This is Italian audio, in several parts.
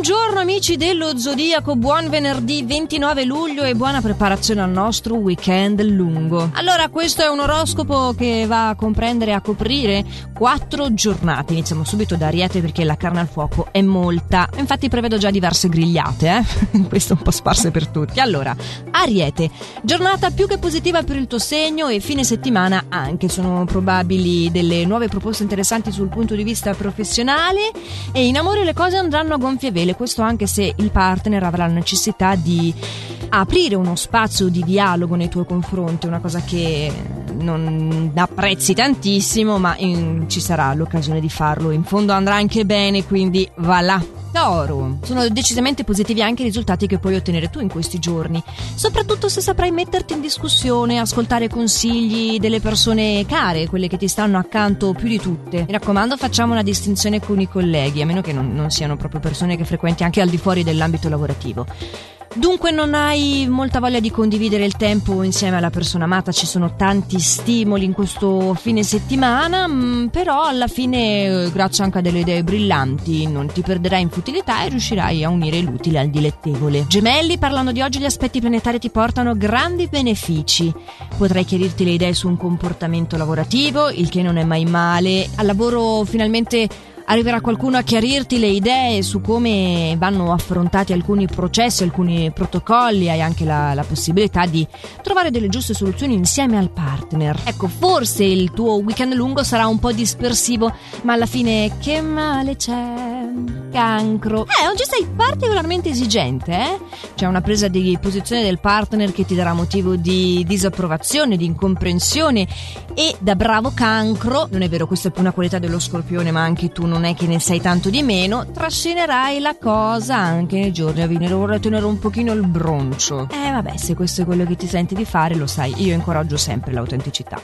Buongiorno amici dello Zodiaco, buon venerdì 29 luglio e buona preparazione al nostro weekend lungo. Allora, questo è un oroscopo che va a comprendere, a coprire 4 giornate. Iniziamo subito da Ariete perché la carne al fuoco è molta. Infatti prevedo già diverse grigliate, questo un po' sparse per tutti. Allora, Ariete, giornata più che positiva per il tuo segno e fine settimana anche. Sono probabili delle nuove proposte interessanti sul punto di vista professionale e in amore le cose andranno a gonfie vele, questo anche se il partner avrà la necessità di aprire uno spazio di dialogo nei tuoi confronti, una cosa che non apprezzi tantissimo, ma ci sarà l'occasione di farlo. In fondo andrà anche bene, quindi va là. Toro, sono decisamente positivi anche i risultati che puoi ottenere tu in questi giorni, soprattutto se saprai metterti in discussione, ascoltare consigli delle persone care, quelle che ti stanno accanto più di tutte. Mi raccomando, facciamo una distinzione con i colleghi, a meno che non siano proprio persone che frequenti anche al di fuori dell'ambito lavorativo. Dunque non hai molta voglia di condividere il tempo insieme alla persona amata, ci sono tanti stimoli in questo fine settimana, però alla fine, grazie anche a delle idee brillanti, non ti perderai in futilità e riuscirai a unire l'utile al dilettevole. Gemelli, parlando di oggi, gli aspetti planetari ti portano grandi benefici. Potrai chiarirti le idee su un comportamento lavorativo, il che non è mai male. Al lavoro finalmente arriverà qualcuno a chiarirti le idee su come vanno affrontati alcuni processi, alcuni protocolli. Hai anche la possibilità di trovare delle giuste soluzioni insieme al partner. Ecco, forse il tuo weekend lungo sarà un po' dispersivo, ma alla fine che male c'è? Cancro. Oggi sei particolarmente esigente, C'è una presa di posizione del partner che ti darà motivo di disapprovazione, di incomprensione, e da bravo Cancro, non è vero, questa è più una qualità dello Scorpione, ma anche tu non è che ne sai tanto di meno, trascinerai la cosa anche nei giorni a venire. Vorrei tenere un pochino il broncio. Vabbè, se questo è quello che ti senti di fare, lo sai, io incoraggio sempre l'autenticità.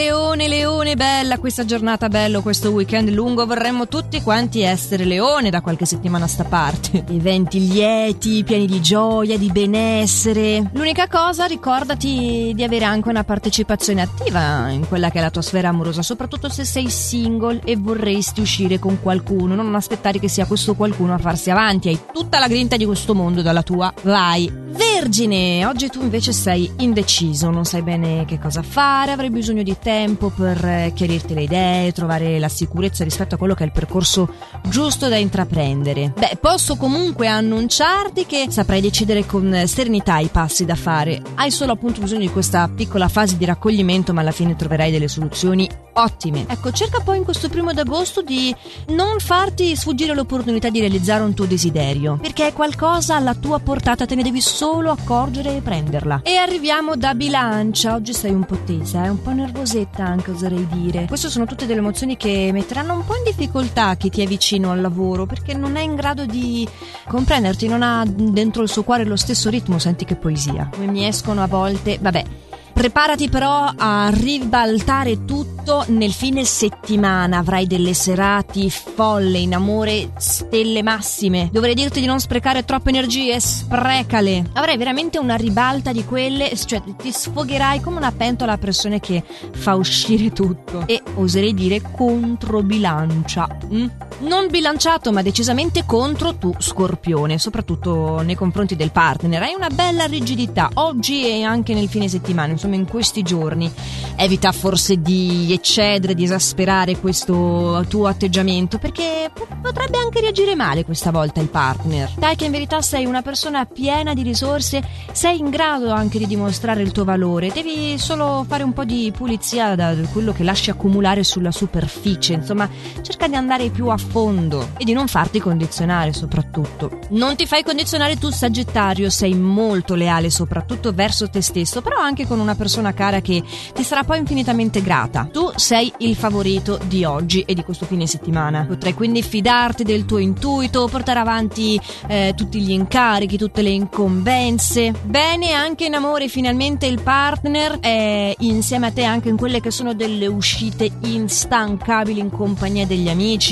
Leone, bella questa giornata, bello questo weekend lungo, vorremmo tutti quanti essere leone da qualche settimana a sta parte. Eventi lieti, pieni di gioia, di benessere. L'unica cosa, ricordati di avere anche una partecipazione attiva in quella che è la tua sfera amorosa, soprattutto se sei single e vorresti uscire con qualcuno. Non aspettare che sia questo qualcuno a farsi avanti, hai tutta la grinta di questo mondo dalla tua, vai. Vergine, oggi tu invece sei indeciso, non sai bene che cosa fare, avrai bisogno di tempo per chiarirti le idee, trovare la sicurezza rispetto a quello che è il percorso giusto da intraprendere. Posso comunque annunciarti che saprai decidere con serenità i passi da fare. Hai solo appunto bisogno di questa piccola fase di raccoglimento, ma alla fine troverai delle soluzioni ottime. Ecco, cerca poi in questo 1° d'agosto di non farti sfuggire l'opportunità di realizzare un tuo desiderio, perché è qualcosa alla tua portata, te ne devi solo accorgere e prenderla. E arriviamo da Bilancia. Oggi sei un po' tesa, un po' nervosetta anche, oserei dire. Queste sono tutte delle emozioni che metteranno un po' in difficoltà chi ti è vicino al lavoro, perché non è in grado di comprenderti, non ha dentro il suo cuore lo stesso ritmo. Senti che poesia, come mi escono a volte. Preparati però a ribaltare tutto nel fine settimana. Avrai delle serate folle, in amore stelle massime. Dovrei dirti di non sprecare troppe energie, sprecale. Avrai veramente una ribalta di quelle, cioè ti sfogherai come una pentola a pressione che fa uscire tutto. E oserei dire controbilancia. Non bilanciato, ma decisamente contro tu, Scorpione, soprattutto nei confronti del partner. Hai una bella rigidità oggi e anche nel fine settimana, insomma in questi giorni. Evita forse di eccedere, di esasperare questo tuo atteggiamento, perché potrebbe anche reagire male questa volta il partner. Dai che in verità sei una persona piena di risorse, sei in grado anche di dimostrare il tuo valore, devi solo fare un po' di pulizia da quello che lasci accumulare sulla superficie. Insomma, cerca di andare più a fondo e di non farti condizionare. Soprattutto non ti fai condizionare tu, Sagittario, sei molto leale soprattutto verso te stesso, però anche con una persona cara che ti sarà poi infinitamente grata. Tu sei il favorito di oggi e di questo fine settimana. Potrai quindi fidarti del tuo intuito, portare avanti tutti gli incarichi, tutte le incombenze. Bene anche in amore, finalmente il partner è insieme a te anche in quelle che sono delle uscite instancabili in compagnia degli amici e ci darà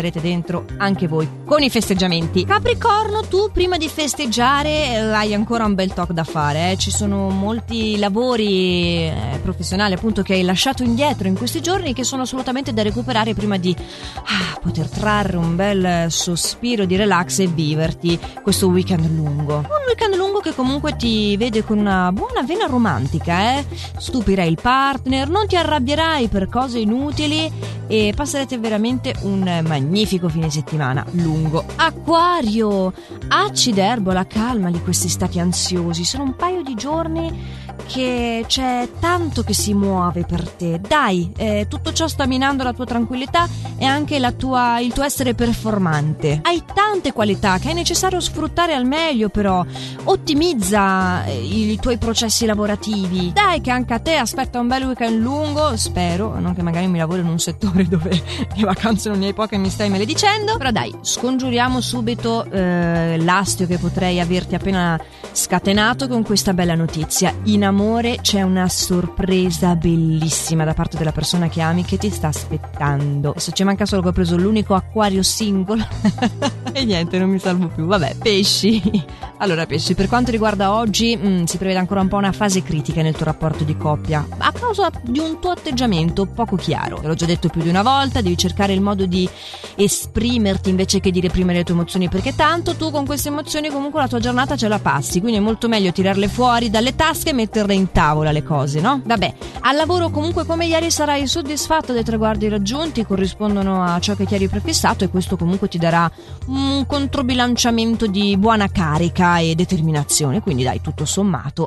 tornerete dentro anche voi con i festeggiamenti. Capricorno, tu prima di festeggiare hai ancora un bel talk da fare, ci sono molti lavori professionali appunto che hai lasciato indietro in questi giorni che sono assolutamente da recuperare prima di poter trarre un bel sospiro di relax e viverti questo weekend lungo. Un weekend lungo che comunque ti vede con una buona vena romantica, stupirai il partner, non ti arrabbierai per cose inutili e passerete veramente un magnifico fine settimana lungo. Acquario, acciderbola, calma di questi stati ansiosi, sono un paio di giorni che c'è tanto che si muove per te. Dai, tutto ciò sta minando la tua tranquillità e anche il tuo essere performante. Hai tante qualità che è necessario sfruttare al meglio, però ottimizza i tuoi processi lavorativi. Dai che anche a te aspetta un bel weekend lungo, spero, non che magari mi lavoro in un settore dove le vacanze non ne hai poche e mi stai maledicendo, però dai, scongiuriamo subito l'astio che potrei averti appena scatenato con questa bella notizia. In amore c'è una sorpresa bellissima da parte della persona che ami che ti sta aspettando. Adesso ci manca solo che ho preso l'unico acquario singolo e niente, non mi salvo più. Vabbè, pesci. Allora pesci, per quanto riguarda oggi si prevede ancora un po' una fase critica nel tuo rapporto di coppia a causa di un tuo atteggiamento poco chiaro. Te l'ho già detto più di una volta, devi cercare il modo di esprimerti invece che di reprimere le tue emozioni, perché tanto tu con queste emozioni comunque la tua giornata ce la passi, quindi è molto meglio tirarle fuori dalle tasche e metterle in tavola le cose, no? Vabbè, al lavoro comunque come ieri sarai soddisfatto dei traguardi raggiunti, corrispondono a ciò che ti eri prefissato e questo comunque ti darà un controbilanciamento di buona carica e determinazione, quindi dai, tutto sommato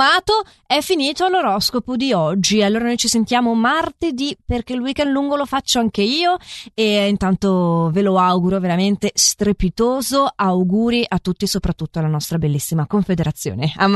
è finito l'oroscopo di oggi. Allora noi ci sentiamo martedì perché il weekend lungo lo faccio anche io e intanto ve lo auguro veramente strepitoso. Auguri a tutti, soprattutto alla nostra bellissima confederazione.